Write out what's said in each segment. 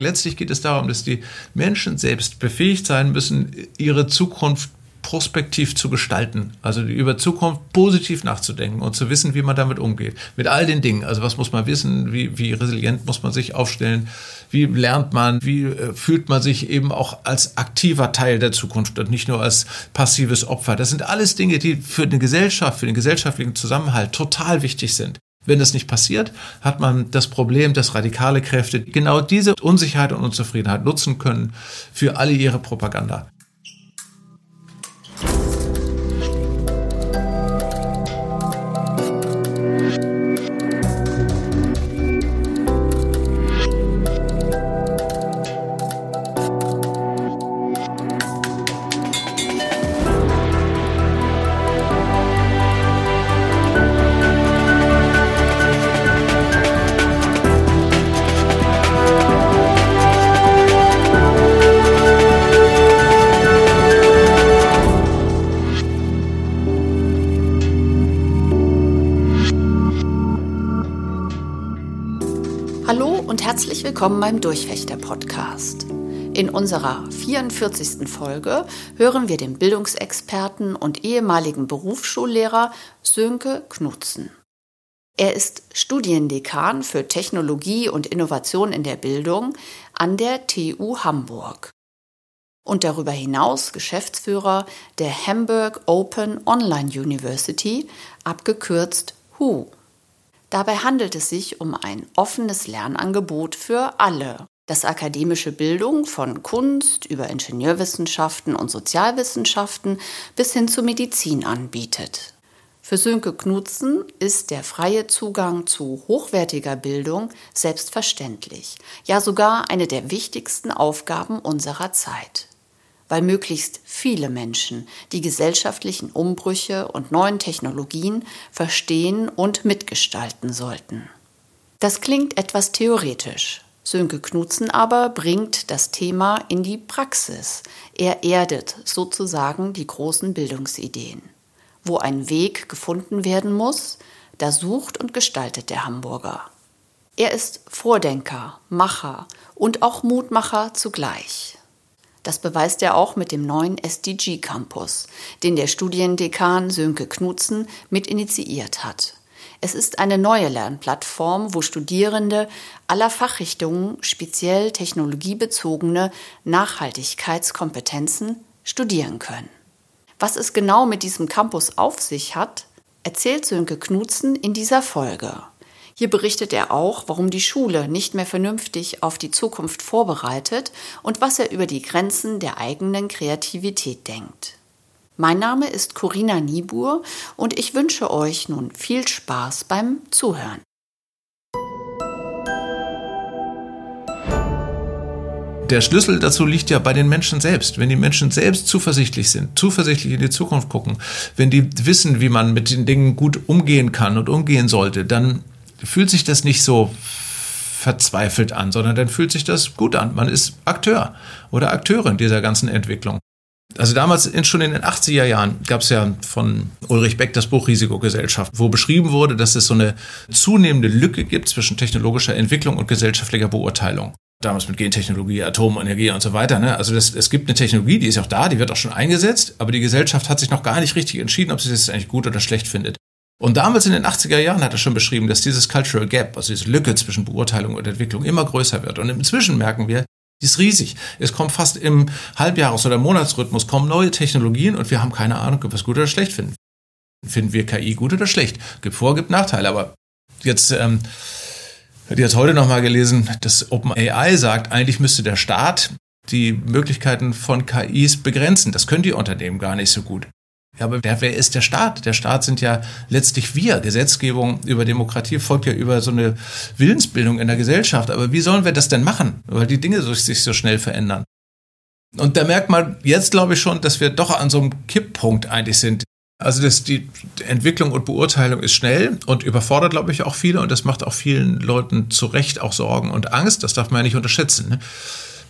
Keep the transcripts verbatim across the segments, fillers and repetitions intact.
Letztlich geht es darum, dass die Menschen selbst befähigt sein müssen, ihre Zukunft prospektiv zu gestalten, also über Zukunft positiv nachzudenken und zu wissen, wie man damit umgeht. Mit all den Dingen. Also was muss man wissen, wie, wie resilient muss man sich aufstellen, wie lernt man, wie äh, fühlt man sich eben auch als aktiver Teil der Zukunft und nicht nur als passives Opfer. Das sind alles Dinge, die für eine Gesellschaft, für den gesellschaftlichen Zusammenhalt total wichtig sind. Wenn das nicht passiert, hat man das Problem, dass radikale Kräfte genau diese Unsicherheit und Unzufriedenheit nutzen können für alle ihre Propaganda. Herzlich willkommen beim Durchfechter-Podcast. In unserer vierundvierzigsten Folge hören wir den Bildungsexperten und ehemaligen Berufsschullehrer Sönke Knutzen. Er ist Studiendekan für Technologie und Innovation in der Bildung an der T U Hamburg und darüber hinaus Geschäftsführer der Hamburg Open Online University, abgekürzt H U. Dabei handelt es sich um ein offenes Lernangebot für alle, das akademische Bildung von Kunst über Ingenieurwissenschaften und Sozialwissenschaften bis hin zur Medizin anbietet. Für Sönke Knutzen ist der freie Zugang zu hochwertiger Bildung selbstverständlich, ja sogar eine der wichtigsten Aufgaben unserer Zeit. Weil möglichst viele Menschen die gesellschaftlichen Umbrüche und neuen Technologien verstehen und mitgestalten sollten. Das klingt etwas theoretisch. Sönke Knutzen aber bringt das Thema in die Praxis. Er erdet sozusagen die großen Bildungsideen. Wo ein Weg gefunden werden muss, da sucht und gestaltet der Hamburger. Er ist Vordenker, Macher und auch Mutmacher zugleich. Das beweist er auch mit dem neuen S D G-Campus, den der Studiendekan Sönke Knutzen mit initiiert hat. Es ist eine neue Lernplattform, wo Studierende aller Fachrichtungen speziell technologiebezogene Nachhaltigkeitskompetenzen studieren können. Was es genau mit diesem Campus auf sich hat, erzählt Sönke Knutzen in dieser Folge. Hier berichtet er auch, warum die Schule nicht mehr vernünftig auf die Zukunft vorbereitet und was er über die Grenzen der eigenen Kreativität denkt. Mein Name ist Corinna Niebuhr und ich wünsche euch nun viel Spaß beim Zuhören. Der Schlüssel dazu liegt ja bei den Menschen selbst. Wenn die Menschen selbst zuversichtlich sind, zuversichtlich in die Zukunft gucken, wenn die wissen, wie man mit den Dingen gut umgehen kann und umgehen sollte, dann fühlt sich das nicht so verzweifelt an, sondern dann fühlt sich das gut an. Man ist Akteur oder Akteurin dieser ganzen Entwicklung. Also damals, schon in den achtziger Jahren, gab es ja von Ulrich Beck das Buch Risikogesellschaft, wo beschrieben wurde, dass es so eine zunehmende Lücke gibt zwischen technologischer Entwicklung und gesellschaftlicher Beurteilung. Damals mit Gentechnologie, Atomenergie und so weiter. Ne? Also das, es gibt eine Technologie, die ist auch da, die wird auch schon eingesetzt, aber die Gesellschaft hat sich noch gar nicht richtig entschieden, ob sie das eigentlich gut oder schlecht findet. Und damals in den achtziger Jahren hat er schon beschrieben, dass dieses Cultural Gap, also diese Lücke zwischen Beurteilung und Entwicklung immer größer wird. Und inzwischen merken wir, die ist riesig. Es kommt fast im Halbjahres- oder Monatsrhythmus kommen neue Technologien und wir haben keine Ahnung, ob wir es gut oder schlecht finden. Finden wir K I gut oder schlecht? Gibt Vor-, gibt Nachteile. Aber jetzt, ähm, ich habe jetzt heute nochmal gelesen, dass OpenAI sagt, eigentlich müsste der Staat die Möglichkeiten von K Is begrenzen. Das können die Unternehmen gar nicht so gut. Ja, aber wer, wer ist der Staat? Der Staat sind ja letztlich wir. Gesetzgebung über Demokratie folgt ja über so eine Willensbildung in der Gesellschaft. Aber wie sollen wir das denn machen? Weil die Dinge sich so schnell verändern. Und da merkt man jetzt, glaube ich, schon, dass wir doch an so einem Kipppunkt eigentlich sind. Also das, die Entwicklung und Beurteilung ist schnell und überfordert, glaube ich, auch viele. Und das macht auch vielen Leuten zu Recht auch Sorgen und Angst. Das darf man ja nicht unterschätzen. Ne?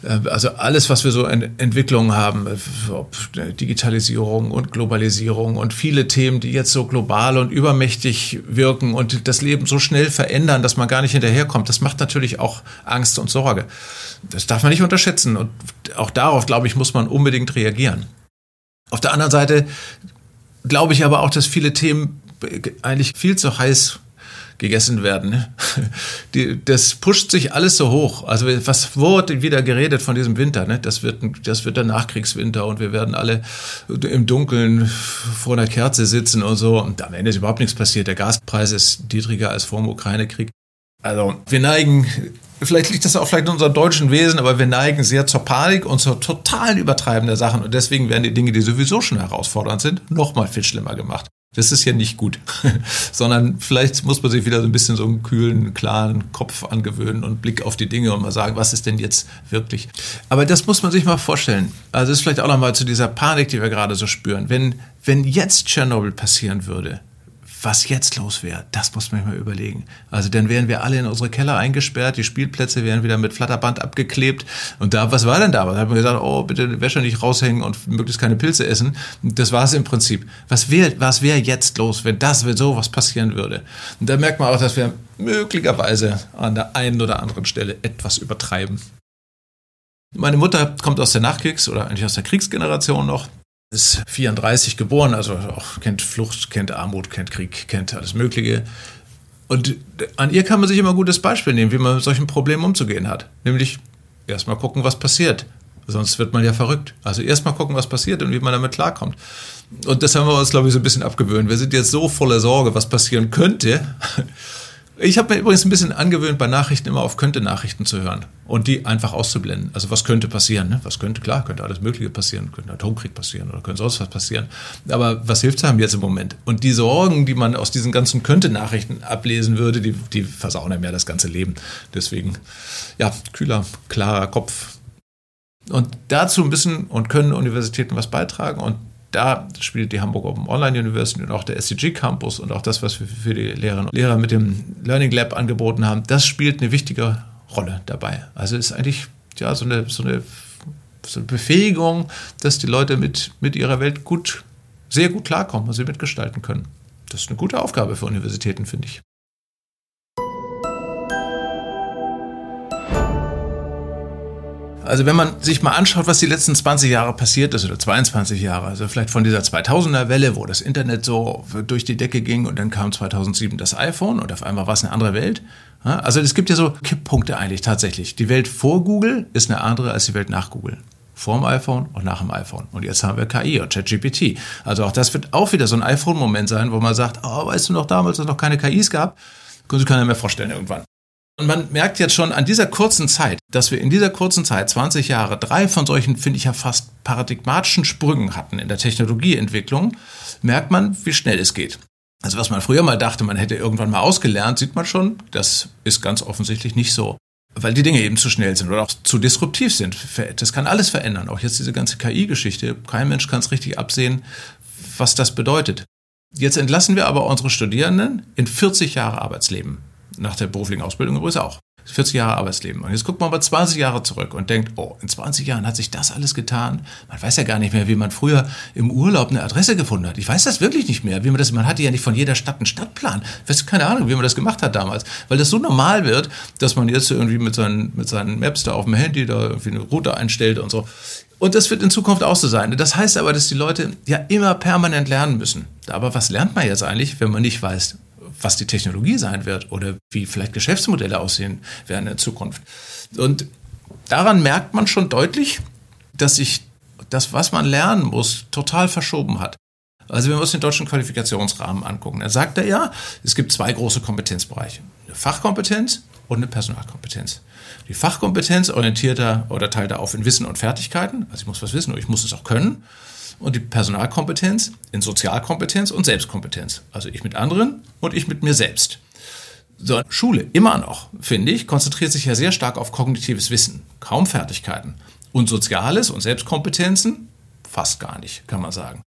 Also alles, was wir so in Entwicklungen haben, ob Digitalisierung und Globalisierung und viele Themen, die jetzt so global und übermächtig wirken und das Leben so schnell verändern, dass man gar nicht hinterherkommt, das macht natürlich auch Angst und Sorge. Das darf man nicht unterschätzen und auch darauf, glaube ich, muss man unbedingt reagieren. Auf der anderen Seite glaube ich aber auch, dass viele Themen eigentlich viel zu heiß gegessen werden. Die, das pusht sich alles so hoch. Also was wurde wieder geredet von diesem Winter? Ne? Das wird, das wird der Nachkriegswinter und wir werden alle im Dunkeln vor einer Kerze sitzen und so. Und am Ende ist überhaupt nichts passiert. Der Gaspreis ist niedriger als vor dem Ukraine-Krieg. Also wir neigen, vielleicht liegt das auch vielleicht in unserem deutschen Wesen, aber wir neigen sehr zur Panik und zur totalen Übertreiben der Sachen. Und deswegen werden die Dinge, die sowieso schon herausfordernd sind, noch mal viel schlimmer gemacht. Das ist ja nicht gut, sondern vielleicht muss man sich wieder so ein bisschen so einen kühlen, klaren Kopf angewöhnen und Blick auf die Dinge und mal sagen, was ist denn jetzt wirklich? Aber das muss man sich mal vorstellen. Also das ist vielleicht auch nochmal zu dieser Panik, die wir gerade so spüren. Wenn, wenn jetzt Tschernobyl passieren würde, was jetzt los wäre, das muss man sich mal überlegen. Also dann wären wir alle in unsere Keller eingesperrt, die Spielplätze wären wieder mit Flatterband abgeklebt und da, was war denn da? Da hat man gesagt, oh, bitte Wäsche nicht raushängen und möglichst keine Pilze essen. Das war es im Prinzip. Was wäre was wär jetzt los, wenn das, wenn sowas passieren würde? Und da merkt man auch, dass wir möglicherweise an der einen oder anderen Stelle etwas übertreiben. Meine Mutter kommt aus der Nachkriegs- oder eigentlich aus der Kriegsgeneration noch. Ist vierunddreißig geboren, also auch kennt Flucht, kennt Armut, kennt Krieg, kennt alles Mögliche. Und an ihr kann man sich immer ein gutes Beispiel nehmen, wie man mit solchen Problemen umzugehen hat. Nämlich erstmal gucken, was passiert. Sonst wird man ja verrückt. Also erstmal gucken, was passiert und wie man damit klarkommt. Und das haben wir uns, glaube ich, so ein bisschen abgewöhnt. Wir sind jetzt so voller Sorge, was passieren könnte. Ich habe mir übrigens ein bisschen angewöhnt, bei Nachrichten immer auf Könnte-Nachrichten zu hören und die einfach auszublenden. Also was könnte passieren? Ne? Was könnte? Klar, könnte alles Mögliche passieren. Könnte ein Atomkrieg passieren oder könnte sonst was passieren. Aber was hilft einem jetzt im Moment? Und die Sorgen, die man aus diesen ganzen Könnte-Nachrichten ablesen würde, die, die versauen einem ja das ganze Leben. Deswegen, ja, kühler, klarer Kopf. Und dazu ein bisschen und können Universitäten was beitragen und da spielt die Hamburg Open Online University und auch der S C G Campus und auch das, was wir für die Lehrerinnen und Lehrer mit dem Learning Lab angeboten haben, das spielt eine wichtige Rolle dabei. Also ist eigentlich ja so eine, so eine, so eine Befähigung, dass die Leute mit, mit ihrer Welt gut, sehr gut klarkommen und sie mitgestalten können. Das ist eine gute Aufgabe für Universitäten, finde ich. Also wenn man sich mal anschaut, was die letzten zwanzig Jahre passiert ist, oder zweiundzwanzig Jahre, also vielleicht von dieser zweitausender-Welle, wo das Internet so durch die Decke ging und dann kam zweitausendsieben das iPhone und auf einmal war es eine andere Welt. Also es gibt ja so Kipppunkte eigentlich tatsächlich. Die Welt vor Google ist eine andere als die Welt nach Google. Vor dem iPhone und nach dem iPhone. Und jetzt haben wir K I und ChatGPT. Also auch das wird auch wieder so ein iPhone-Moment sein, wo man sagt, oh, weißt du noch damals, dass es noch keine K Is gab? Können Sie keiner mehr vorstellen irgendwann. Und man merkt jetzt schon an dieser kurzen Zeit, dass wir in dieser kurzen Zeit, zwanzig Jahre, drei von solchen, finde ich ja fast paradigmatischen Sprüngen hatten in der Technologieentwicklung, merkt man, wie schnell es geht. Also was man früher mal dachte, man hätte irgendwann mal ausgelernt, sieht man schon, das ist ganz offensichtlich nicht so. Weil die Dinge eben zu schnell sind oder auch zu disruptiv sind. Das kann alles verändern. Auch jetzt diese ganze K I-Geschichte. Kein Mensch kann es richtig absehen, was das bedeutet. Jetzt entlassen wir aber unsere Studierenden in vierzig Jahre Arbeitsleben. Nach der beruflichen Ausbildung übrigens auch. vierzig Jahre Arbeitsleben. Und jetzt guckt man aber zwanzig Jahre zurück und denkt, oh, in zwanzig Jahren hat sich das alles getan. Man weiß ja gar nicht mehr, wie man früher im Urlaub eine Adresse gefunden hat. Ich weiß das wirklich nicht mehr. Wie man das, man hatte ja nicht von jeder Stadt einen Stadtplan. Ich weiß keine Ahnung, wie man das gemacht hat damals. Weil das so normal wird, dass man jetzt irgendwie mit seinen, mit seinen Maps da auf dem Handy da irgendwie eine Route einstellt und so. Und das wird in Zukunft auch so sein. Das heißt aber, dass die Leute ja immer permanent lernen müssen. Aber was lernt man jetzt eigentlich, wenn man nicht weiß, was die Technologie sein wird oder wie vielleicht Geschäftsmodelle aussehen werden in Zukunft. Und daran merkt man schon deutlich, dass sich das, was man lernen muss, total verschoben hat. Also wenn wir uns den deutschen Qualifikationsrahmen angucken, dann sagt er ja, es gibt zwei große Kompetenzbereiche. Eine Fachkompetenz und eine Personalkompetenz. Die Fachkompetenz orientiert er oder teilt er auf in Wissen und Fertigkeiten. Also ich muss was wissen und ich muss es auch können. Und die Personalkompetenz in Sozialkompetenz und Selbstkompetenz. Also ich mit anderen und ich mit mir selbst. So, Schule, immer noch, finde ich, konzentriert sich ja sehr stark auf kognitives Wissen, kaum Fertigkeiten. Und Soziales und Selbstkompetenzen fast gar nicht, kann man sagen.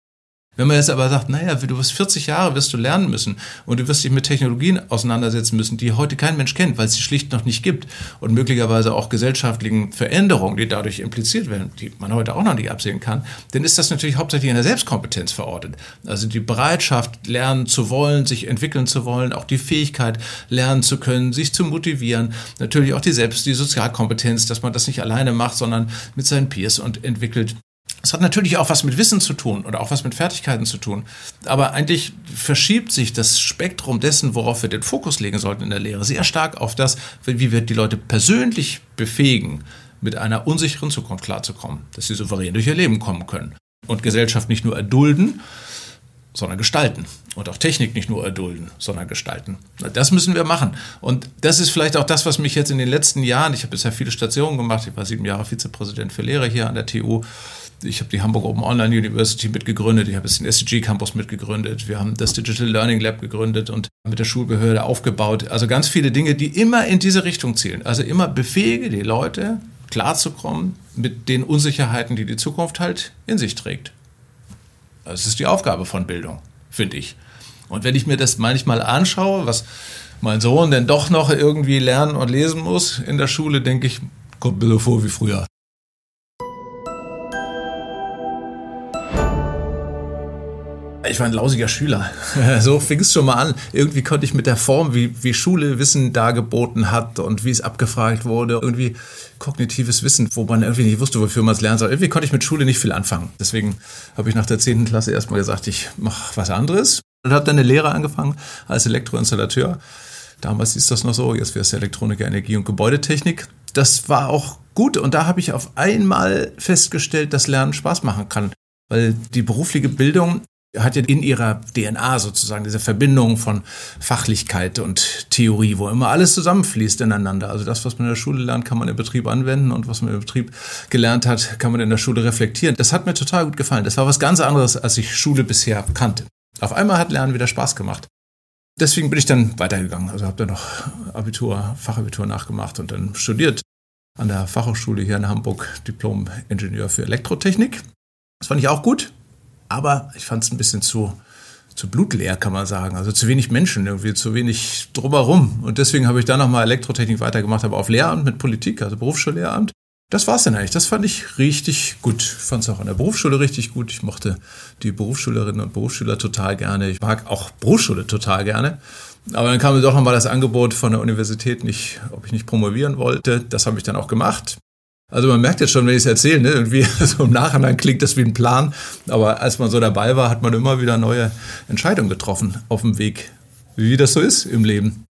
Wenn man jetzt aber sagt, naja, du wirst vierzig Jahre wirst du lernen müssen und du wirst dich mit Technologien auseinandersetzen müssen, die heute kein Mensch kennt, weil es sie schlicht noch nicht gibt und möglicherweise auch gesellschaftlichen Veränderungen, die dadurch impliziert werden, die man heute auch noch nicht absehen kann, dann ist das natürlich hauptsächlich in der Selbstkompetenz verortet. Also die Bereitschaft, lernen zu wollen, sich entwickeln zu wollen, auch die Fähigkeit, lernen zu können, sich zu motivieren, natürlich auch die Selbst-, die Sozialkompetenz, dass man das nicht alleine macht, sondern mit seinen Peers und entwickelt. Es hat natürlich auch was mit Wissen zu tun oder auch was mit Fertigkeiten zu tun. Aber eigentlich verschiebt sich das Spektrum dessen, worauf wir den Fokus legen sollten in der Lehre, sehr stark auf das, wie wir die Leute persönlich befähigen, mit einer unsicheren Zukunft klarzukommen, dass sie souverän durch ihr Leben kommen können und Gesellschaft nicht nur erdulden, sondern gestalten. Und auch Technik nicht nur erdulden, sondern gestalten. Das müssen wir machen. Und das ist vielleicht auch das, was mich jetzt in den letzten Jahren, ich habe bisher viele Stationen gemacht, ich war sieben Jahre Vizepräsident für Lehre hier an der T U, ich habe die Hamburg Open Online University mitgegründet, ich habe jetzt den S C G Campus mitgegründet, wir haben das Digital Learning Lab gegründet und mit der Schulbehörde aufgebaut. Also ganz viele Dinge, die immer in diese Richtung zielen. Also immer befähige die Leute, klarzukommen mit den Unsicherheiten, die die Zukunft halt in sich trägt. Das ist die Aufgabe von Bildung, finde ich. Und wenn ich mir das manchmal anschaue, was mein Sohn denn doch noch irgendwie lernen und lesen muss in der Schule, denke ich, kommt mir so vor wie früher. Ich war ein lausiger Schüler. So fing es schon mal an. Irgendwie konnte ich mit der Form, wie, wie Schule Wissen dargeboten hat und wie es abgefragt wurde, irgendwie kognitives Wissen, wo man irgendwie nicht wusste, wofür man es lernen soll. Irgendwie konnte ich mit Schule nicht viel anfangen. Deswegen habe ich nach der zehnten Klasse erstmal gesagt, ich mache was anderes. Und habe dann eine Lehre angefangen als Elektroinstallateur. Damals hieß das noch so, jetzt wäre es Elektroniker, Energie- und Gebäudetechnik. Das war auch gut und da habe ich auf einmal festgestellt, dass Lernen Spaß machen kann. Weil die berufliche Bildung hat ja in ihrer D N A sozusagen diese Verbindung von Fachlichkeit und Theorie, wo immer alles zusammenfließt ineinander. Also das, was man in der Schule lernt, kann man im Betrieb anwenden und was man im Betrieb gelernt hat, kann man in der Schule reflektieren. Das hat mir total gut gefallen. Das war was ganz anderes, als ich Schule bisher kannte. Auf einmal hat Lernen wieder Spaß gemacht. Deswegen bin ich dann weitergegangen. Also habe dann noch Abitur, Fachabitur nachgemacht und dann studiert an der Fachhochschule hier in Hamburg, Diplom-Ingenieur für Elektrotechnik. Das fand ich auch gut. Aber ich fand es ein bisschen zu, zu blutleer, kann man sagen. Also zu wenig Menschen, irgendwie zu wenig drumherum. Und deswegen habe ich dann nochmal Elektrotechnik weitergemacht, aber auf Lehramt mit Politik, also Berufsschullehramt. Das war's dann eigentlich. Das fand ich richtig gut. Ich fand es auch an der Berufsschule richtig gut. Ich mochte die Berufsschülerinnen und Berufsschüler total gerne. Ich mag auch Berufsschule total gerne. Aber dann kam mir doch nochmal das Angebot von der Universität, nicht, ob ich nicht promovieren wollte. Das habe ich dann auch gemacht. Also man merkt jetzt schon, wenn ich es erzähle, ne, irgendwie so im Nachhinein klingt das wie ein Plan. Aber als man so dabei war, hat man immer wieder neue Entscheidungen getroffen auf dem Weg, wie das so ist im Leben.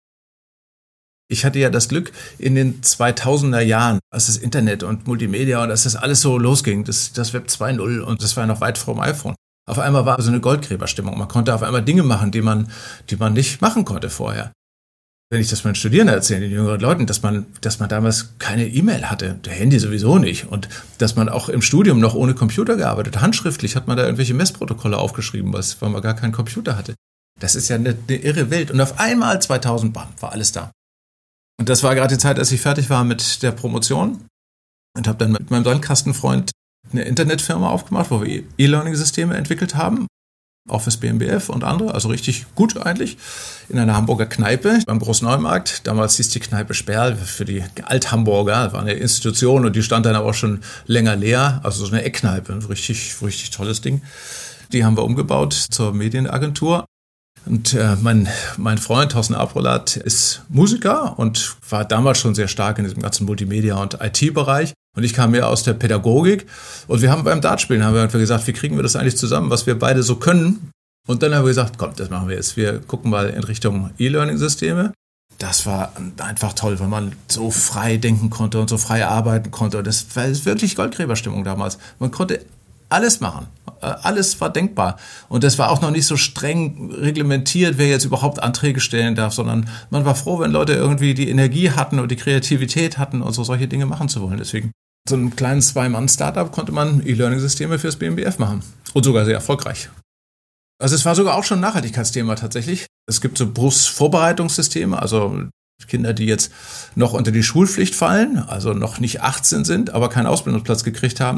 Ich hatte ja das Glück in den zweitausender Jahren, als das Internet und Multimedia und als das alles so losging, das, das Web zwei Punkt null und das war ja noch weit vor dem iPhone. Auf einmal war so eine Goldgräberstimmung. Man konnte auf einmal Dinge machen, die man, die man nicht machen konnte vorher. Wenn ich das meinen Studierenden erzähle, den jüngeren Leuten, dass man, dass man damals keine E-Mail hatte, der Handy sowieso nicht und dass man auch im Studium noch ohne Computer gearbeitet hat. Handschriftlich hat man da irgendwelche Messprotokolle aufgeschrieben, weil man gar keinen Computer hatte. Das ist ja eine, eine irre Welt. Und auf einmal zweitausend, bam, war alles da. Und das war gerade die Zeit, als ich fertig war mit der Promotion und habe dann mit meinem Sandkastenfreund eine Internetfirma aufgemacht, wo wir E-Learning-Systeme entwickelt haben. Auch fürs B M B F und andere, also richtig gut eigentlich, in einer Hamburger Kneipe beim Großneumarkt. Damals hieß die Kneipe Sperl für die Althamburger, das war eine Institution und die stand dann aber auch schon länger leer, also so eine Eckkneipe, ein richtig, richtig tolles Ding. Die haben wir umgebaut zur Medienagentur. Und äh, mein, mein Freund Thorsten Aprolat ist Musiker und war damals schon sehr stark in diesem ganzen Multimedia- und I T-Bereich. Und ich kam mehr aus der Pädagogik. Und wir haben beim Dartspielen haben wir gesagt, wie kriegen wir das eigentlich zusammen, was wir beide so können. Und dann haben wir gesagt, komm, das machen wir jetzt. Wir gucken mal in Richtung E-Learning-Systeme. Das war einfach toll, weil man so frei denken konnte und so frei arbeiten konnte. Und das war wirklich Goldgräberstimmung damals. Man konnte alles machen. Alles war denkbar. Und das war auch noch nicht so streng reglementiert, wer jetzt überhaupt Anträge stellen darf, sondern man war froh, wenn Leute irgendwie die Energie hatten und die Kreativität hatten und so solche Dinge machen zu wollen. Deswegen, so einem kleinen Zwei-Mann-Startup konnte man E-Learning-Systeme fürs B M B F machen. Und sogar sehr erfolgreich. Also es war sogar auch schon ein Nachhaltigkeitsthema tatsächlich. Es gibt so Berufsvorbereitungssysteme, also Kinder, die jetzt noch unter die Schulpflicht fallen, also noch nicht achtzehn sind, aber keinen Ausbildungsplatz gekriegt haben.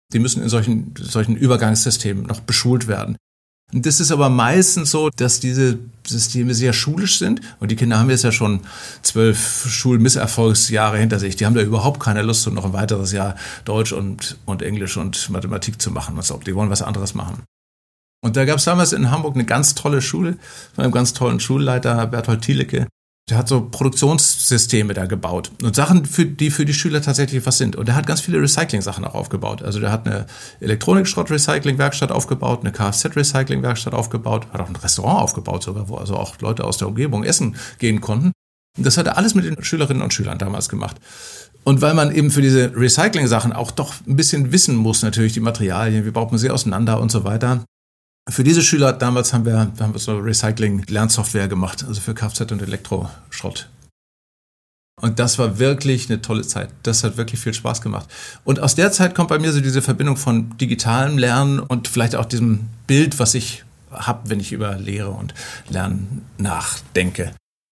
Die müssen in solchen, solchen Übergangssystemen noch beschult werden. Und das ist aber meistens so, dass diese Systeme sehr schulisch sind. Und die Kinder haben jetzt ja schon zwölf Schulmisserfolgsjahre hinter sich. Die haben da überhaupt keine Lust, noch ein weiteres Jahr Deutsch und, und Englisch und Mathematik zu machen. Also, die wollen was anderes machen. Und da gab es damals in Hamburg eine ganz tolle Schule von einem ganz tollen Schulleiter, Berthold Thielecke. Der hat so Produktionssysteme da gebaut und Sachen, für die für die Schüler tatsächlich was sind. Und der hat ganz viele Recycling-Sachen auch aufgebaut. Also der hat eine Elektronikschrott-Recycling-Werkstatt aufgebaut, eine Kfz-Recycling-Werkstatt aufgebaut, hat auch ein Restaurant aufgebaut sogar, wo also auch Leute aus der Umgebung essen gehen konnten. Und das hat er alles mit den Schülerinnen und Schülern damals gemacht. Und weil man eben für diese Recycling-Sachen auch doch ein bisschen wissen muss, natürlich die Materialien, wie baut man sie auseinander und so weiter. Für diese Schüler damals haben wir, haben wir so Recycling-Lernsoftware gemacht, also für Kfz und Elektroschrott. Und das war wirklich eine tolle Zeit. Das hat wirklich viel Spaß gemacht. Und aus der Zeit kommt bei mir so diese Verbindung von digitalem Lernen und vielleicht auch diesem Bild, was ich habe, wenn ich über Lehre und Lernen nachdenke.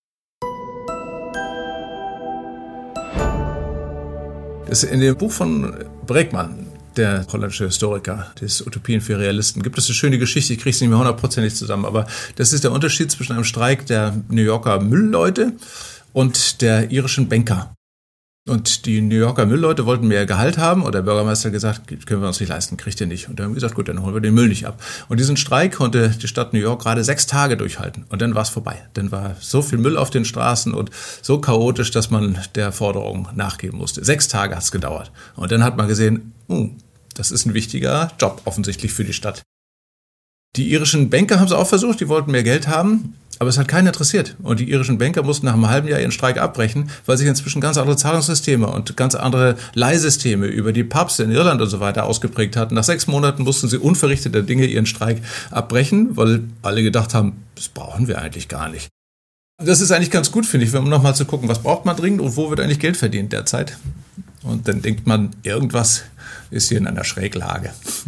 Das ist in dem Buch von Bregman, der holländische Historiker des Utopien für Realisten, gibt es eine schöne Geschichte, ich kriege es nicht mehr hundertprozentig zusammen, aber das ist der Unterschied zwischen einem Streik der New Yorker Müllleute und der irischen Banker. Und die New Yorker Müllleute wollten mehr Gehalt haben und der Bürgermeister hat gesagt, können wir uns nicht leisten, kriegt ihr nicht. Und dann haben wir gesagt, gut, dann holen wir den Müll nicht ab. Und diesen Streik konnte die Stadt New York gerade sechs Tage durchhalten. Und dann war es vorbei. Dann war so viel Müll auf den Straßen und so chaotisch, dass man der Forderung nachgeben musste. Sechs Tage hat es gedauert. Und dann hat man gesehen, uh, das ist ein wichtiger Job offensichtlich für die Stadt. Die irischen Banker haben es auch versucht, die wollten mehr Geld haben. Aber es hat keinen interessiert. Und die irischen Banker mussten nach einem halben Jahr ihren Streik abbrechen, weil sich inzwischen ganz andere Zahlungssysteme und ganz andere Leihsysteme über die Pubs in Irland und so weiter ausgeprägt hatten. Nach sechs Monaten mussten sie unverrichteter Dinge ihren Streik abbrechen, weil alle gedacht haben, das brauchen wir eigentlich gar nicht. Das ist eigentlich ganz gut, finde ich, um nochmal zu gucken, was braucht man dringend und wo wird eigentlich Geld verdient derzeit. Und dann denkt man, irgendwas ist hier in einer Schräglage.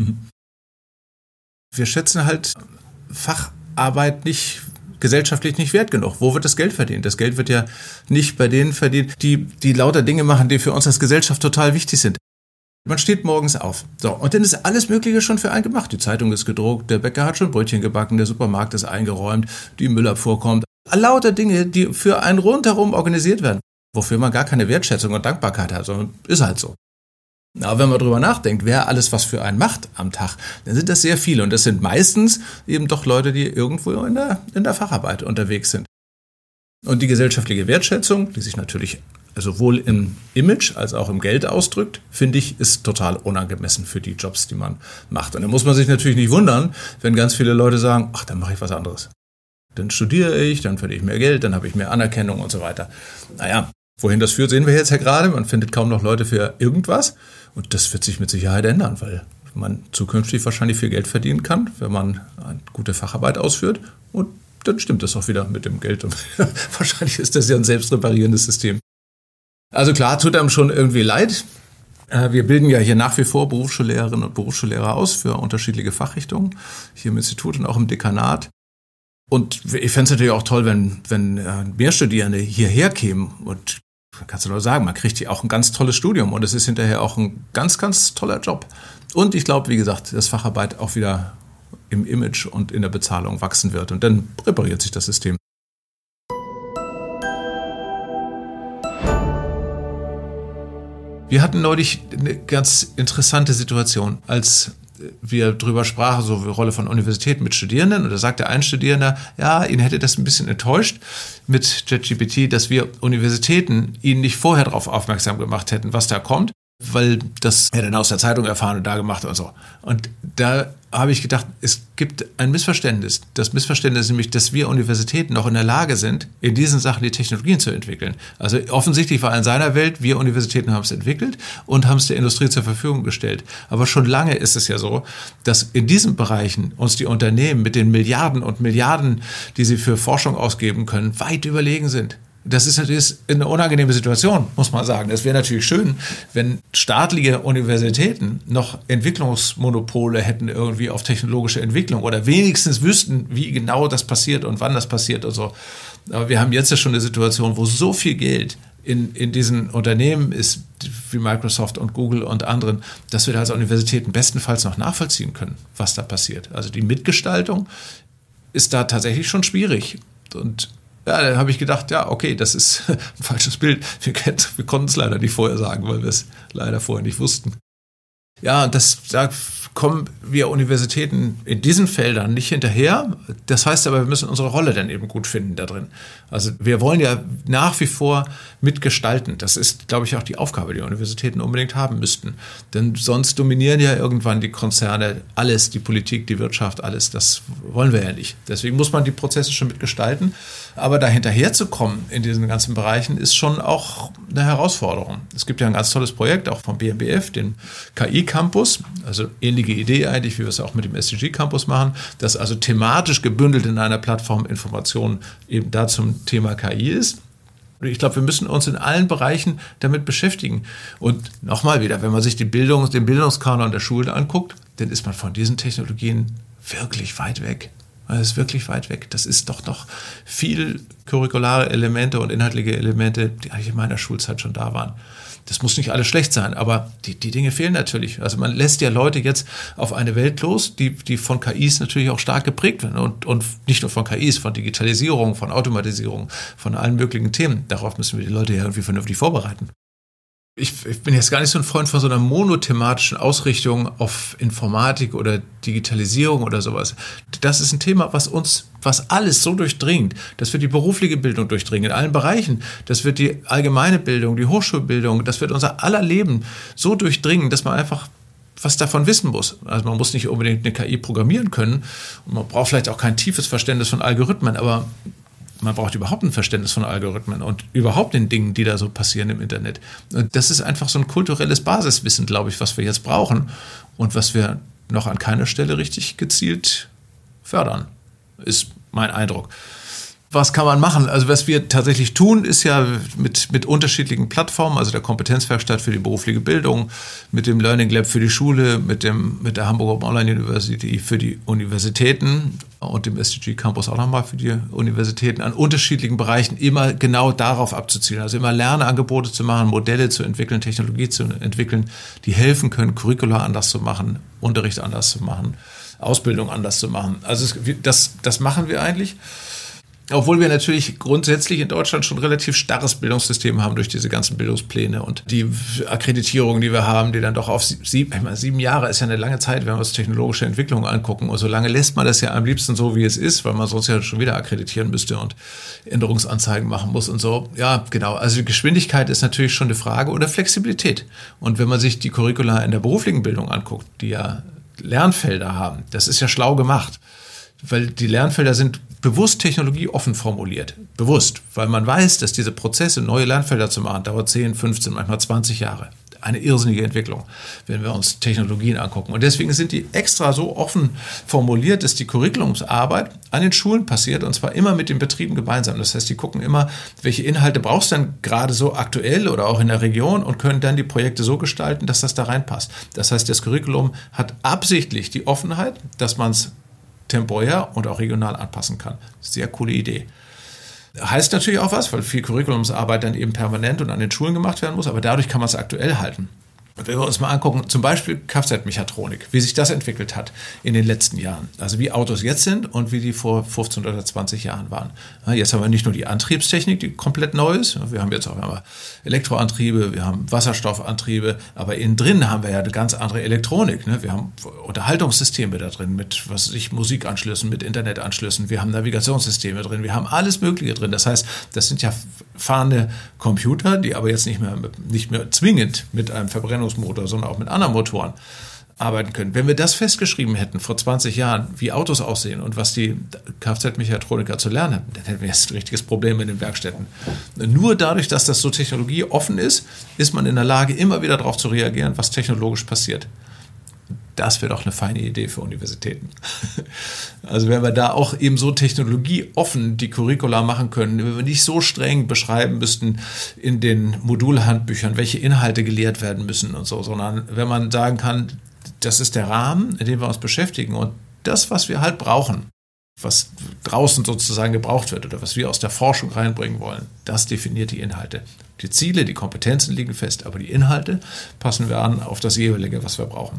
Wir schätzen halt Facharbeit nicht gesellschaftlich nicht wert genug. Wo wird das Geld verdient? Das Geld wird ja nicht bei denen verdient, die, die lauter Dinge machen, die für uns als Gesellschaft total wichtig sind. Man steht morgens auf. So, und dann ist alles Mögliche schon für einen gemacht. Die Zeitung ist gedruckt, der Bäcker hat schon Brötchen gebacken, der Supermarkt ist eingeräumt, die Müllabfuhr kommt. Lauter Dinge, die für einen rundherum organisiert werden, wofür man gar keine Wertschätzung und Dankbarkeit hat, sondern ist halt so. Aber wenn man drüber nachdenkt, wer alles was für einen macht am Tag, dann sind das sehr viele. Und das sind meistens eben doch Leute, die irgendwo in der, in der Facharbeit unterwegs sind. Und die gesellschaftliche Wertschätzung, die sich natürlich sowohl im Image als auch im Geld ausdrückt, finde ich, ist total unangemessen für die Jobs, die man macht. Und da muss man sich natürlich nicht wundern, wenn ganz viele Leute sagen, ach, dann mache ich was anderes. Dann studiere ich, dann verdiene ich mehr Geld, dann habe ich mehr Anerkennung und so weiter. Naja, wohin das führt, sehen wir jetzt ja gerade. Man findet kaum noch Leute für irgendwas. Und das wird sich mit Sicherheit ändern, weil man zukünftig wahrscheinlich viel Geld verdienen kann, wenn man eine gute Facharbeit ausführt. Und dann stimmt das auch wieder mit dem Geld. Und wahrscheinlich ist das ja ein selbstreparierendes System. Also klar, tut einem schon irgendwie leid. Wir bilden ja hier nach wie vor Berufsschullehrerinnen und Berufsschullehrer aus für unterschiedliche Fachrichtungen, hier im Institut und auch im Dekanat. Und ich fände es natürlich auch toll, wenn, wenn mehr Studierende hierher kämen. Und kannst du nur sagen, man kriegt hier auch ein ganz tolles Studium und es ist hinterher auch ein ganz, ganz toller Job. Und ich glaube, wie gesagt, dass Facharbeit auch wieder im Image und in der Bezahlung wachsen wird. Und dann repariert sich das System. Wir hatten neulich eine ganz interessante Situation, als wir drüber sprachen, so die Rolle von Universitäten mit Studierenden. Und da sagte ein Studierender, ja, ihn hätte das ein bisschen enttäuscht mit ChatGPT, dass wir Universitäten ihn nicht vorher darauf aufmerksam gemacht hätten, was da kommt, weil das er dann aus der Zeitung erfahren und da gemacht und so. Und da habe ich gedacht, es gibt ein Missverständnis. Das Missverständnis ist nämlich, dass wir Universitäten noch in der Lage sind, in diesen Sachen die Technologien zu entwickeln. Also offensichtlich war in seiner Welt, wir Universitäten haben es entwickelt und haben es der Industrie zur Verfügung gestellt. Aber schon lange ist es ja so, dass in diesen Bereichen uns die Unternehmen mit den Milliarden und Milliarden, die sie für Forschung ausgeben können, weit überlegen sind. Das ist natürlich eine unangenehme Situation, muss man sagen. Es wäre natürlich schön, wenn staatliche Universitäten noch Entwicklungsmonopole hätten irgendwie auf technologische Entwicklung oder wenigstens wüssten, wie genau das passiert und wann das passiert und so. Aber wir haben jetzt ja schon eine Situation, wo so viel Geld in, in diesen Unternehmen ist, wie Microsoft und Google und anderen, dass wir da als Universitäten bestenfalls noch nachvollziehen können, was da passiert. Also die Mitgestaltung ist da tatsächlich schon schwierig. Und ja, da habe ich gedacht, ja, okay, das ist ein falsches Bild. Wir, wir konnten es leider nicht vorher sagen, weil wir es leider vorher nicht wussten. Ja, und das, da kommen wir Universitäten in diesen Feldern nicht hinterher. Das heißt aber, wir müssen unsere Rolle dann eben gut finden da drin. Also wir wollen ja nach wie vor mitgestalten. Das ist, glaube ich, auch die Aufgabe, die Universitäten unbedingt haben müssten. Denn sonst dominieren ja irgendwann die Konzerne alles, die Politik, die Wirtschaft, alles. Das wollen wir ja nicht. Deswegen muss man die Prozesse schon mitgestalten. Aber da hinterher zu kommen in diesen ganzen Bereichen ist schon auch eine Herausforderung. Es gibt ja ein ganz tolles Projekt, auch vom B M B F, den K I-Campus, also ähnliche Idee eigentlich, wie wir es auch mit dem S D G-Campus machen, das also thematisch gebündelt in einer Plattform Informationen eben da zum Thema K I ist. Ich glaube, wir müssen uns in allen Bereichen damit beschäftigen. Und nochmal wieder, wenn man sich die Bildung, den Bildungskanon der Schulen anguckt, dann ist man von diesen Technologien wirklich weit weg. Das ist wirklich weit weg. Das ist doch noch viel curriculare Elemente und inhaltliche Elemente, die eigentlich in meiner Schulzeit schon da waren. Das muss nicht alles schlecht sein, aber die, die Dinge fehlen natürlich. Also man lässt ja Leute jetzt auf eine Welt los, die, die von K Is natürlich auch stark geprägt werden. Und, und nicht nur von K Is, von Digitalisierung, von Automatisierung, von allen möglichen Themen. Darauf müssen wir die Leute ja irgendwie vernünftig vorbereiten. Ich, ich bin jetzt gar nicht so ein Freund von so einer monothematischen Ausrichtung auf Informatik oder Digitalisierung oder sowas. Das ist ein Thema, was uns, was alles so durchdringt. Das wird die berufliche Bildung durchdringen in allen Bereichen. Das wird die allgemeine Bildung, die Hochschulbildung, das wird unser aller Leben so durchdringen, dass man einfach was davon wissen muss. Also man muss nicht unbedingt eine K I programmieren können und man braucht vielleicht auch kein tiefes Verständnis von Algorithmen, aber man braucht überhaupt ein Verständnis von Algorithmen und überhaupt den Dingen, die da so passieren im Internet. Und das ist einfach so ein kulturelles Basiswissen, glaube ich, was wir jetzt brauchen und was wir noch an keiner Stelle richtig gezielt fördern, ist mein Eindruck. Was kann man machen? Also was wir tatsächlich tun, ist ja mit, mit unterschiedlichen Plattformen, also der Kompetenzwerkstatt für die berufliche Bildung, mit dem Learning Lab für die Schule, mit, dem, mit der Hamburger Online University für die Universitäten und dem S D G Campus auch nochmal für die Universitäten, an unterschiedlichen Bereichen immer genau darauf abzuzielen. Also immer Lernangebote zu machen, Modelle zu entwickeln, Technologie zu entwickeln, die helfen können, Curricula anders zu machen, Unterricht anders zu machen, Ausbildung anders zu machen. Also es, das, das machen wir eigentlich. Obwohl wir natürlich grundsätzlich in Deutschland schon ein relativ starres Bildungssystem haben durch diese ganzen Bildungspläne und die Akkreditierung, die wir haben, die dann doch auf sieben, ich meine, sieben Jahre ist ja eine lange Zeit, wenn wir uns technologische Entwicklung angucken. Und so lange lässt man das ja am liebsten so, wie es ist, weil man sonst ja schon wieder akkreditieren müsste und Änderungsanzeigen machen muss und so. Ja, genau. Also die Geschwindigkeit ist natürlich schon eine Frage oder Flexibilität. Und wenn man sich die Curricula in der beruflichen Bildung anguckt, die ja Lernfelder haben, das ist ja schlau gemacht. Weil die Lernfelder sind bewusst technologieoffen formuliert. Bewusst, weil man weiß, dass diese Prozesse, neue Lernfelder zu machen, dauert zehn, fünfzehn, manchmal zwanzig Jahre. Eine irrsinnige Entwicklung, wenn wir uns Technologien angucken. Und deswegen sind die extra so offen formuliert, dass die Curriculumsarbeit an den Schulen passiert und zwar immer mit den Betrieben gemeinsam. Das heißt, die gucken immer, welche Inhalte brauchst du denn gerade so aktuell oder auch in der Region und können dann die Projekte so gestalten, dass das da reinpasst. Das heißt, das Curriculum hat absichtlich die Offenheit, dass man es temporär und auch regional anpassen kann. Sehr coole Idee. Heißt natürlich auch was, weil viel Curriculumsarbeit dann eben permanent und an den Schulen gemacht werden muss, aber dadurch kann man es aktuell halten. Und wenn wir uns mal angucken, zum Beispiel Kfz-Mechatronik, wie sich das entwickelt hat in den letzten Jahren. Also wie Autos jetzt sind und wie die vor fünfzehn oder zwanzig Jahren waren. Jetzt haben wir nicht nur die Antriebstechnik, die komplett neu ist. Wir haben jetzt auch immer Elektroantriebe, wir haben Wasserstoffantriebe, aber innen drin haben wir ja eine ganz andere Elektronik. Wir haben Unterhaltungssysteme da drin mit, was weiß ich, Musikanschlüssen, mit Internetanschlüssen. Wir haben Navigationssysteme drin, wir haben alles Mögliche drin. Das heißt, das sind ja fahrende Computer, die aber jetzt nicht mehr, nicht mehr zwingend mit einem Verbrennungsmotor, sondern auch mit anderen Motoren arbeiten können. Wenn wir das festgeschrieben hätten vor zwanzig Jahren, wie Autos aussehen und was die Kfz-Mechatroniker zu lernen hätten, dann hätten wir jetzt ein richtiges Problem in den Werkstätten. Nur dadurch, dass das so technologieoffen ist, ist man in der Lage, immer wieder darauf zu reagieren, was technologisch passiert. Das wäre doch eine feine Idee für Universitäten. Also wenn wir da auch eben so technologieoffen die Curricula machen können, wenn wir nicht so streng beschreiben müssten in den Modulhandbüchern, welche Inhalte gelehrt werden müssen und so, sondern wenn man sagen kann, das ist der Rahmen, in dem wir uns beschäftigen und das, was wir halt brauchen, was draußen sozusagen gebraucht wird oder was wir aus der Forschung reinbringen wollen, das definiert die Inhalte. Die Ziele, die Kompetenzen liegen fest, aber die Inhalte passen wir an auf das jeweilige, was wir brauchen.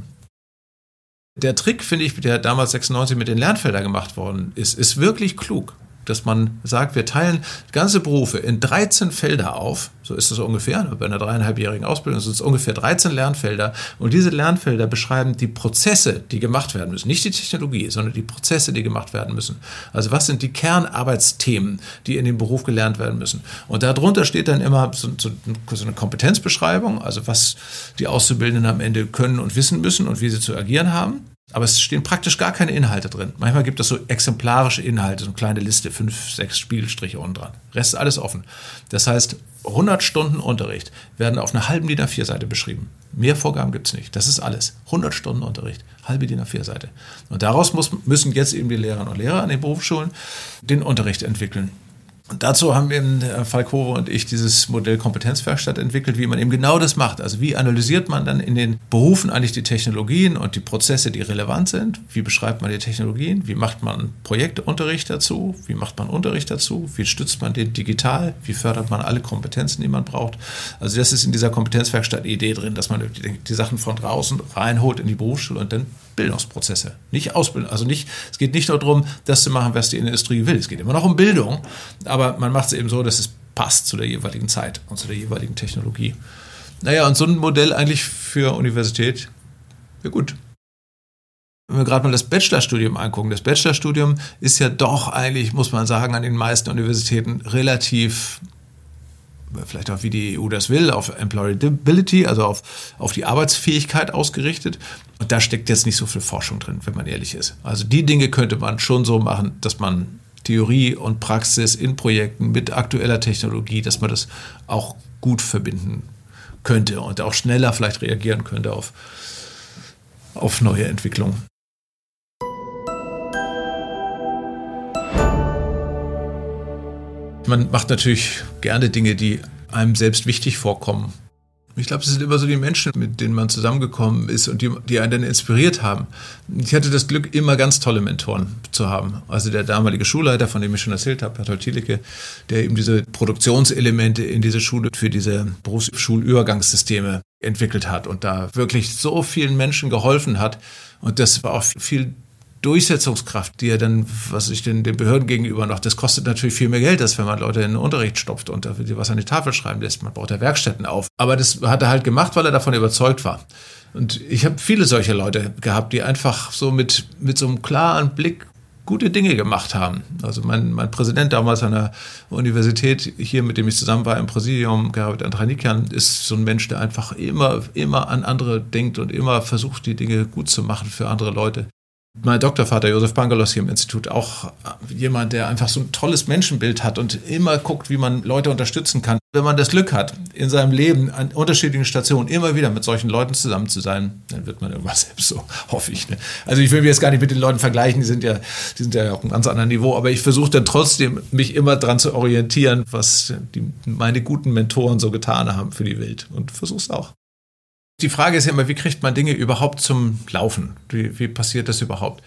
Der Trick, finde ich, der damals sechsundneunzig mit den Lernfeldern gemacht worden ist, ist wirklich klug. Dass man sagt, wir teilen ganze Berufe in dreizehn Felder auf, so ist es ungefähr, bei einer dreieinhalbjährigen Ausbildung sind es ungefähr dreizehn Lernfelder und diese Lernfelder beschreiben die Prozesse, die gemacht werden müssen, nicht die Technologie, sondern die Prozesse, die gemacht werden müssen. Also was sind die Kernarbeitsthemen, die in dem Beruf gelernt werden müssen? Und darunter steht dann immer so, so, so eine Kompetenzbeschreibung, also was die Auszubildenden am Ende können und wissen müssen und wie sie zu agieren haben. Aber es stehen praktisch gar keine Inhalte drin. Manchmal gibt es so exemplarische Inhalte, so eine kleine Liste, fünf, sechs Spielstriche unten dran. Rest ist alles offen. Das heißt, hundert Stunden Unterricht werden auf einer halben D I N A vier Seite beschrieben. Mehr Vorgaben gibt es nicht. Das ist alles. hundert Stunden Unterricht, halbe D I N A vier Seite. Und daraus muss, müssen jetzt eben die Lehrerinnen und Lehrer an den Berufsschulen den Unterricht entwickeln. Und dazu haben eben Falk Howe und ich dieses Modell Kompetenzwerkstatt entwickelt, wie man eben genau das macht. Also wie analysiert man dann in den Berufen eigentlich die Technologien und die Prozesse, die relevant sind? Wie beschreibt man die Technologien? Wie macht man Projektunterricht dazu? Wie macht man Unterricht dazu? Wie stützt man den digital? Wie fördert man alle Kompetenzen, die man braucht? Also das ist in dieser Kompetenzwerkstatt-Idee drin, dass man die, die Sachen von draußen reinholt in die Berufsschule und dann Bildungsprozesse, nicht Ausbildung. Also nicht, es geht nicht nur darum, das zu machen, was die Industrie will. Es geht immer noch um Bildung, aber man macht es eben so, dass es passt zu der jeweiligen Zeit und zu der jeweiligen Technologie. Naja, und so ein Modell eigentlich für Universität, ja gut. Wenn wir gerade mal das Bachelorstudium angucken, das Bachelorstudium ist ja doch eigentlich, muss man sagen, an den meisten Universitäten relativ, vielleicht auch wie die E U das will, auf Employability, also auf, auf die Arbeitsfähigkeit ausgerichtet. Und da steckt jetzt nicht so viel Forschung drin, wenn man ehrlich ist. Also die Dinge könnte man schon so machen, dass man Theorie und Praxis in Projekten mit aktueller Technologie, dass man das auch gut verbinden könnte und auch schneller vielleicht reagieren könnte auf, auf neue Entwicklungen. Man macht natürlich gerne Dinge, die einem selbst wichtig vorkommen. Ich glaube, es sind immer so die Menschen, mit denen man zusammengekommen ist und die, die einen dann inspiriert haben. Ich hatte das Glück, immer ganz tolle Mentoren zu haben. Also der damalige Schulleiter, von dem ich schon erzählt habe, Bertolt Thielicke, der eben diese Produktionselemente in diese Schule für diese Berufsschulübergangssysteme entwickelt hat und da wirklich so vielen Menschen geholfen hat. Und das war auch viel Durchsetzungskraft, die er dann, was ich den, den Behörden gegenüber noch, das kostet natürlich viel mehr Geld, als wenn man Leute in den Unterricht stopft und dafür was an die Tafel schreiben lässt. Man baut ja Werkstätten auf. Aber das hat er halt gemacht, weil er davon überzeugt war. Und ich habe viele solche Leute gehabt, die einfach so mit, mit so einem klaren Blick gute Dinge gemacht haben. Also mein, mein Präsident damals an der Universität, hier mit dem ich zusammen war im Präsidium, Gerhard Andranikian, ist so ein Mensch, der einfach immer, immer an andere denkt und immer versucht, die Dinge gut zu machen für andere Leute. Mein Doktorvater Josef Pangalos hier im Institut, auch jemand, der einfach so ein tolles Menschenbild hat und immer guckt, wie man Leute unterstützen kann. Wenn man das Glück hat, in seinem Leben an unterschiedlichen Stationen immer wieder mit solchen Leuten zusammen zu sein, dann wird man irgendwann selbst so, hoffe ich. Ne? Also ich will mich jetzt gar nicht mit den Leuten vergleichen, die sind ja, die sind ja auf einem ganz anderen Niveau, aber ich versuche dann trotzdem, mich immer dran zu orientieren, was die, meine guten Mentoren so getan haben für die Welt und versuche es auch. Die Frage ist ja immer, wie kriegt man Dinge überhaupt zum Laufen? Wie, wie passiert das überhaupt?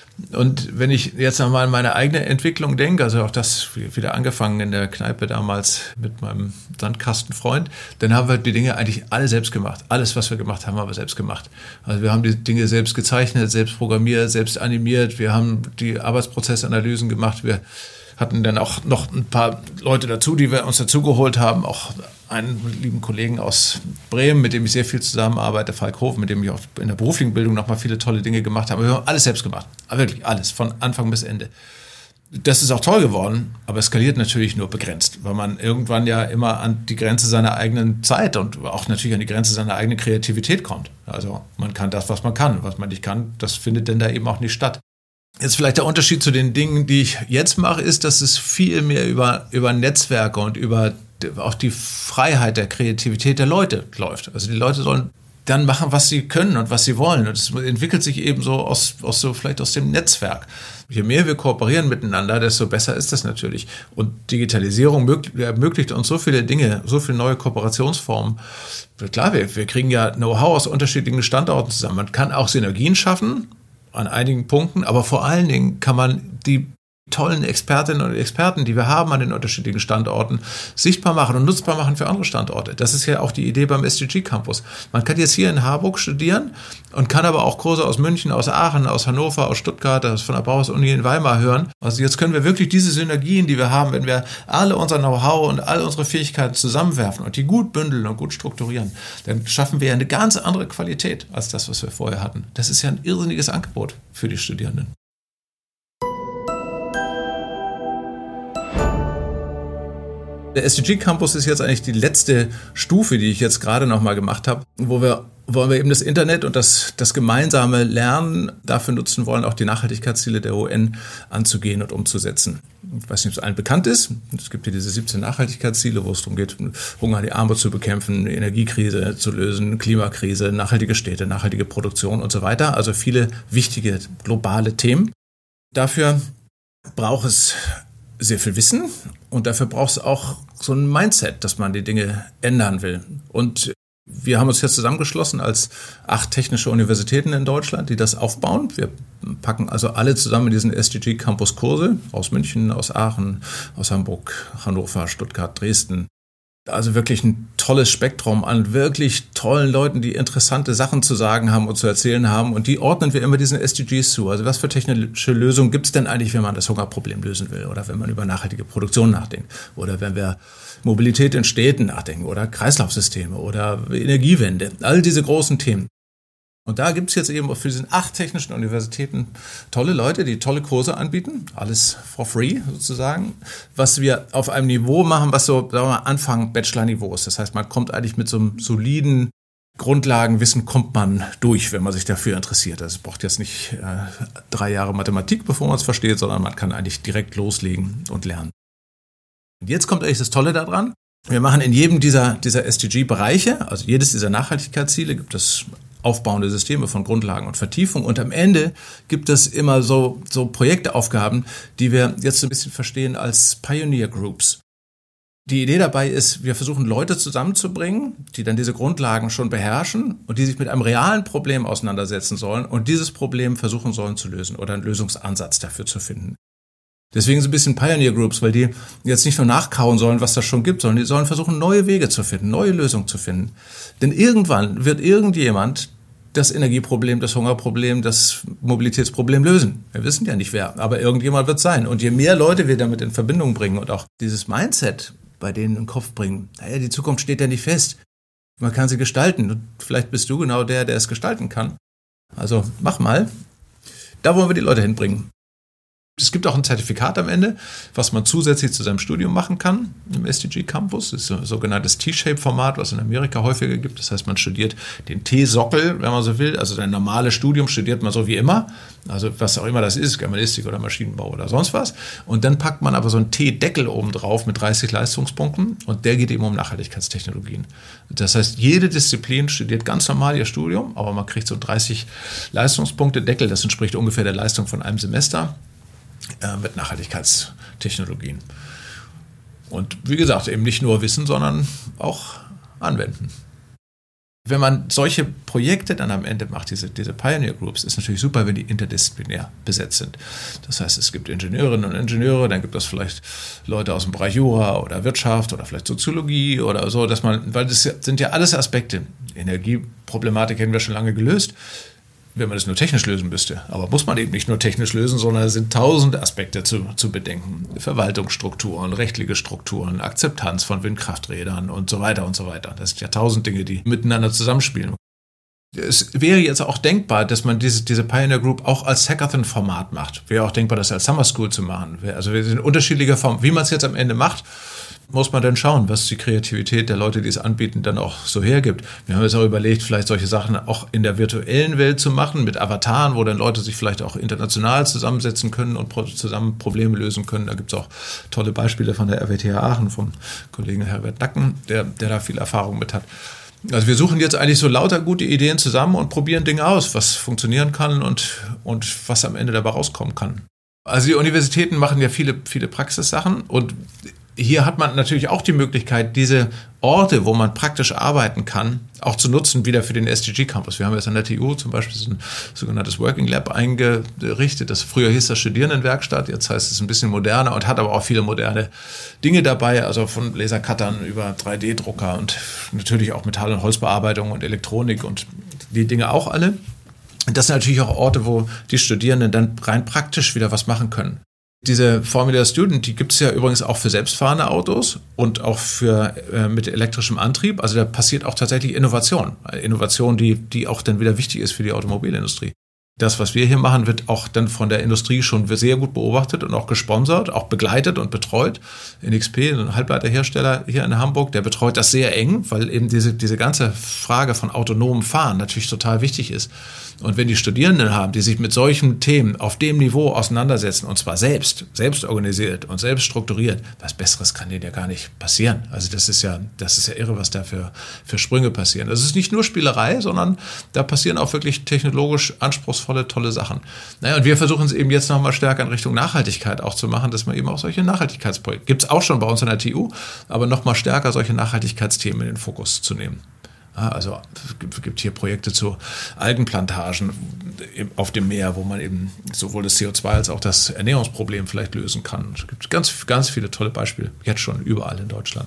Und wenn ich jetzt nochmal an meine eigene Entwicklung denke, also auch das wieder angefangen in der Kneipe damals mit meinem Sandkastenfreund, dann haben wir die Dinge eigentlich alle selbst gemacht. Alles, was wir gemacht haben, haben wir selbst gemacht. Also wir haben die Dinge selbst gezeichnet, selbst programmiert, selbst animiert. Wir haben die Arbeitsprozessanalysen gemacht. Wir hatten dann auch noch ein paar Leute dazu, die wir uns dazugeholt haben, auch einen lieben Kollegen aus Bremen, mit dem ich sehr viel zusammenarbeite, Falk Howe, mit dem ich auch in der beruflichen Bildung noch mal viele tolle Dinge gemacht habe. Wir haben alles selbst gemacht, aber wirklich alles, von Anfang bis Ende. Das ist auch toll geworden, aber es skaliert natürlich nur begrenzt, weil man irgendwann ja immer an die Grenze seiner eigenen Zeit und auch natürlich an die Grenze seiner eigenen Kreativität kommt. Also man kann das, was man kann. Was man nicht kann, das findet dann da eben auch nicht statt. Jetzt vielleicht der Unterschied zu den Dingen, die ich jetzt mache, ist, dass es viel mehr über, über Netzwerke und über auch die Freiheit der Kreativität der Leute läuft. Also die Leute sollen dann machen, was sie können und was sie wollen. Und es entwickelt sich eben so aus, aus so vielleicht aus dem Netzwerk. Je mehr wir kooperieren miteinander, desto besser ist das natürlich. Und Digitalisierung ermöglicht uns so viele Dinge, so viele neue Kooperationsformen. Klar, wir, wir kriegen ja Know-how aus unterschiedlichen Standorten zusammen. Man kann auch Synergien schaffen an einigen Punkten, aber vor allen Dingen kann man die tollen Expertinnen und Experten, die wir haben an den unterschiedlichen Standorten, sichtbar machen und nutzbar machen für andere Standorte. Das ist ja auch die Idee beim S D G Campus. Man kann jetzt hier in Harburg studieren und kann aber auch Kurse aus München, aus Aachen, aus Hannover, aus Stuttgart, aus von der Bauhaus-Uni in Weimar hören. Also jetzt können wir wirklich diese Synergien, die wir haben, wenn wir alle unser Know-how und all unsere Fähigkeiten zusammenwerfen und die gut bündeln und gut strukturieren, dann schaffen wir eine ganz andere Qualität als das, was wir vorher hatten. Das ist ja ein irrsinniges Angebot für die Studierenden. Der S D G Campus ist jetzt eigentlich die letzte Stufe, die ich jetzt gerade noch mal gemacht habe, wo wir, wo wir eben das Internet und das, das gemeinsame Lernen dafür nutzen wollen, auch die Nachhaltigkeitsziele der U N anzugehen und umzusetzen. Ich weiß nicht, ob es allen bekannt ist. Es gibt hier diese siebzehn Nachhaltigkeitsziele, wo es darum geht, Hunger, die Armut zu bekämpfen, Energiekrise zu lösen, Klimakrise, nachhaltige Städte, nachhaltige Produktion und so weiter. Also viele wichtige globale Themen. Dafür braucht es sehr viel Wissen und dafür braucht es auch so ein Mindset, dass man die Dinge ändern will. Und wir haben uns jetzt zusammengeschlossen als acht technische Universitäten in Deutschland, die das aufbauen. Wir packen also alle zusammen in diesen S D G Campus Kurse aus München, aus Aachen, aus Hamburg, Hannover, Stuttgart, Dresden. Also wirklich ein tolles Spektrum an wirklich tollen Leuten, die interessante Sachen zu sagen haben und zu erzählen haben. Und die ordnen wir immer diesen S D Gs zu. Also was für technische Lösungen gibt es denn eigentlich, wenn man das Hungerproblem lösen will? Oder wenn man über nachhaltige Produktion nachdenkt? Oder wenn wir Mobilität in Städten nachdenken? Oder Kreislaufsysteme? Oder Energiewende? All diese großen Themen. Und da gibt es jetzt eben für diese acht technischen Universitäten tolle Leute, die tolle Kurse anbieten, alles for free sozusagen, was wir auf einem Niveau machen, was so, sagen wir mal, Anfang Bachelor-Niveau ist. Das heißt, man kommt eigentlich mit so einem soliden Grundlagenwissen kommt man durch, wenn man sich dafür interessiert. Also es braucht jetzt nicht äh, drei Jahre Mathematik, bevor man es versteht, sondern man kann eigentlich direkt loslegen und lernen. Und jetzt kommt eigentlich das Tolle daran. Wir machen in jedem dieser, dieser S D G-Bereiche, also jedes dieser Nachhaltigkeitsziele, gibt es aufbauende Systeme von Grundlagen und Vertiefung. Und am Ende gibt es immer so, so Projektaufgaben, die wir jetzt so ein bisschen verstehen als Pioneer Groups. Die Idee dabei ist, wir versuchen Leute zusammenzubringen, die dann diese Grundlagen schon beherrschen und die sich mit einem realen Problem auseinandersetzen sollen und dieses Problem versuchen sollen zu lösen oder einen Lösungsansatz dafür zu finden. Deswegen so ein bisschen Pioneer Groups, weil die jetzt nicht nur nachkauen sollen, was das schon gibt, sondern die sollen versuchen, neue Wege zu finden, neue Lösungen zu finden. Denn irgendwann wird irgendjemand das Energieproblem, das Hungerproblem, das Mobilitätsproblem lösen. Wir wissen ja nicht wer, aber irgendjemand wird es sein. Und je mehr Leute wir damit in Verbindung bringen und auch dieses Mindset bei denen in den Kopf bringen, naja, die Zukunft steht ja nicht fest. Man kann sie gestalten. Und vielleicht bist du genau der, der es gestalten kann. Also mach mal. Da wollen wir die Leute hinbringen. Es gibt auch ein Zertifikat am Ende, was man zusätzlich zu seinem Studium machen kann im S D G Campus. Das ist ein sogenanntes T-Shape-Format, was in Amerika häufiger gibt. Das heißt, man studiert den T-Sockel, wenn man so will. Also ein normales Studium studiert man so wie immer. Also was auch immer das ist, Germanistik oder Maschinenbau oder sonst was. Und dann packt man aber so einen T-Deckel oben drauf mit dreißig Leistungspunkten und der geht eben um Nachhaltigkeitstechnologien. Das heißt, jede Disziplin studiert ganz normal ihr Studium, aber man kriegt so dreißig Leistungspunkte Deckel. Das entspricht ungefähr der Leistung von einem Semester mit Nachhaltigkeitstechnologien. Und wie gesagt, eben nicht nur wissen, sondern auch anwenden. Wenn man solche Projekte dann am Ende macht, diese, diese Pioneer Groups, ist natürlich super, wenn die interdisziplinär besetzt sind. Das heißt, es gibt Ingenieurinnen und Ingenieure, dann gibt es vielleicht Leute aus dem Bereich Jura oder Wirtschaft oder vielleicht Soziologie oder so, dass man, weil das sind ja alles Aspekte. Energieproblematik hätten wir schon lange gelöst, wenn man das nur technisch lösen müsste. Aber muss man eben nicht nur technisch lösen, sondern es sind tausende Aspekte zu, zu bedenken. Verwaltungsstrukturen, rechtliche Strukturen, Akzeptanz von Windkrafträdern und so weiter und so weiter. Das sind ja tausend Dinge, die miteinander zusammenspielen. Es wäre jetzt auch denkbar, dass man diese, diese Pioneer Group auch als Hackathon-Format macht. Wäre auch denkbar, das als Summer School zu machen. Also wir sind unterschiedliche Formen. Wie man es jetzt am Ende macht, muss man dann schauen, was die Kreativität der Leute, die es anbieten, dann auch so hergibt. Wir haben jetzt auch überlegt, vielleicht solche Sachen auch in der virtuellen Welt zu machen, mit Avataren, wo dann Leute sich vielleicht auch international zusammensetzen können und zusammen Probleme lösen können. Da gibt es auch tolle Beispiele von der R W T H Aachen, vom Kollegen Herbert Nacken, der, der da viel Erfahrung mit hat. Also wir suchen jetzt eigentlich so lauter gute Ideen zusammen und probieren Dinge aus, was funktionieren kann und, und was am Ende dabei rauskommen kann. Also die Universitäten machen ja viele, viele Praxissachen und Hier hat man natürlich auch die Möglichkeit, diese Orte, wo man praktisch arbeiten kann, auch zu nutzen, wieder für den S D G Campus. Wir haben jetzt an der T U zum Beispiel so ein sogenanntes Working Lab eingerichtet. Das früher hieß das Studierendenwerkstatt, jetzt heißt es ein bisschen moderner und hat aber auch viele moderne Dinge dabei, also von Lasercuttern über drei D Drucker und natürlich auch Metall- und Holzbearbeitung und Elektronik und die Dinge auch alle. Das sind natürlich auch Orte, wo die Studierenden dann rein praktisch wieder was machen können. Diese Formula Student, die gibt es ja übrigens auch für selbstfahrende Autos und auch für äh, mit elektrischem Antrieb. Also da passiert auch tatsächlich Innovation. Innovation, die, die auch dann wieder wichtig ist für die Automobilindustrie. Das, was wir hier machen, wird auch dann von der Industrie schon sehr gut beobachtet und auch gesponsert, auch begleitet und betreut. N X P, ein Halbleiterhersteller hier in Hamburg, der betreut das sehr eng, weil eben diese, diese ganze Frage von autonomem Fahren natürlich total wichtig ist. Und wenn die Studierenden haben, die sich mit solchen Themen auf dem Niveau auseinandersetzen, und zwar selbst, selbst organisiert und selbst strukturiert, was Besseres kann denen ja gar nicht passieren. Also das ist ja, das ist ja irre, was da für, für Sprünge passieren. Das ist nicht nur Spielerei, sondern da passieren auch wirklich technologisch anspruchsvolle, tolle Sachen. Naja, und wir versuchen es eben jetzt nochmal stärker in Richtung Nachhaltigkeit auch zu machen, dass man eben auch solche Nachhaltigkeitsprojekte, gibt es auch schon bei uns an der T U, aber nochmal stärker solche Nachhaltigkeitsthemen in den Fokus zu nehmen. Also es gibt hier Projekte zu Algenplantagen auf dem Meer, wo man eben sowohl das C O zwei als auch das Ernährungsproblem vielleicht lösen kann. Es gibt ganz, ganz viele tolle Beispiele, jetzt schon überall in Deutschland.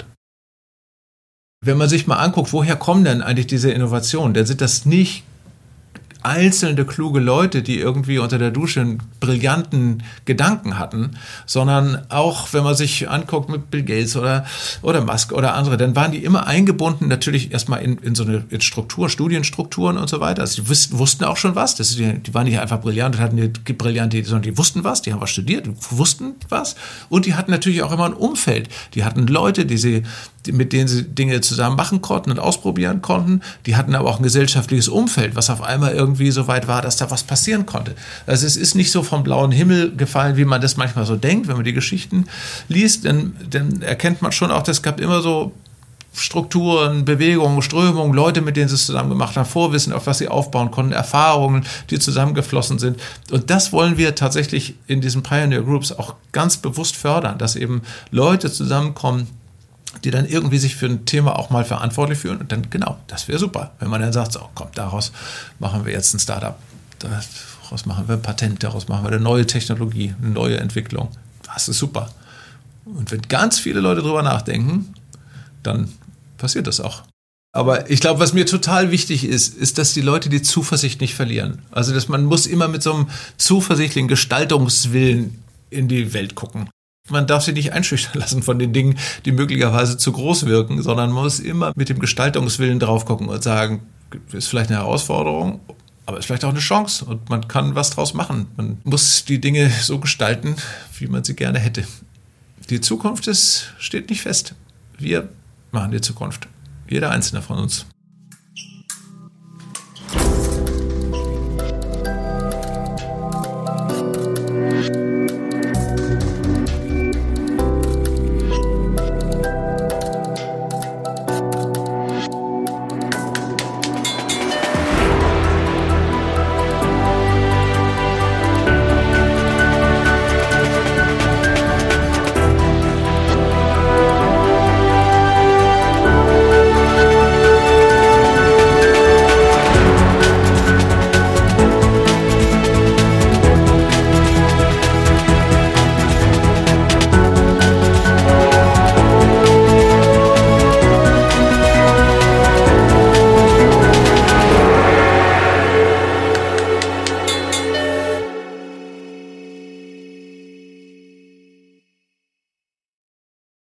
Wenn man sich mal anguckt, woher kommen denn eigentlich diese Innovationen, dann sind das nicht einzelne kluge Leute, die irgendwie unter der Dusche einen brillanten Gedanken hatten, sondern auch, wenn man sich anguckt mit Bill Gates oder, oder Musk oder andere, dann waren die immer eingebunden natürlich erstmal in, in so eine in Struktur, Studienstrukturen und so weiter. Also die wussten, wussten auch schon was, das ist, die, die waren nicht einfach brillant und hatten eine brillante Idee, sondern die wussten was, die haben was studiert, die wussten was und die hatten natürlich auch immer ein Umfeld. Die hatten Leute, die sie mit denen sie Dinge zusammen machen konnten und ausprobieren konnten. Die hatten aber auch ein gesellschaftliches Umfeld, was auf einmal irgendwie so weit war, dass da was passieren konnte. Also es ist nicht so vom blauen Himmel gefallen, wie man das manchmal so denkt, wenn man die Geschichten liest, dann, dann erkennt man schon auch, es gab immer so Strukturen, Bewegungen, Strömungen, Leute, mit denen sie es zusammen gemacht haben, Vorwissen, auf was sie aufbauen konnten, Erfahrungen, die zusammengeflossen sind. Und das wollen wir tatsächlich in diesen Pioneer Groups auch ganz bewusst fördern, dass eben Leute zusammenkommen, die dann irgendwie sich für ein Thema auch mal verantwortlich fühlen. Und dann, genau, das wäre super. Wenn man dann sagt, so, komm, daraus machen wir jetzt ein Startup, daraus machen wir ein Patent, daraus machen wir eine neue Technologie, eine neue Entwicklung. Das ist super. Und wenn ganz viele Leute drüber nachdenken, dann passiert das auch. Aber ich glaube, was mir total wichtig ist, ist, dass die Leute die Zuversicht nicht verlieren. Also, dass man muss immer mit so einem zuversichtlichen Gestaltungswillen in die Welt gucken. Man darf sich nicht einschüchtern lassen von den Dingen, die möglicherweise zu groß wirken, sondern man muss immer mit dem Gestaltungswillen drauf gucken und sagen, ist vielleicht eine Herausforderung, aber ist vielleicht auch eine Chance und man kann was draus machen. Man muss die Dinge so gestalten, wie man sie gerne hätte. Die Zukunft ist, steht nicht fest. Wir machen die Zukunft. Jeder einzelne von uns.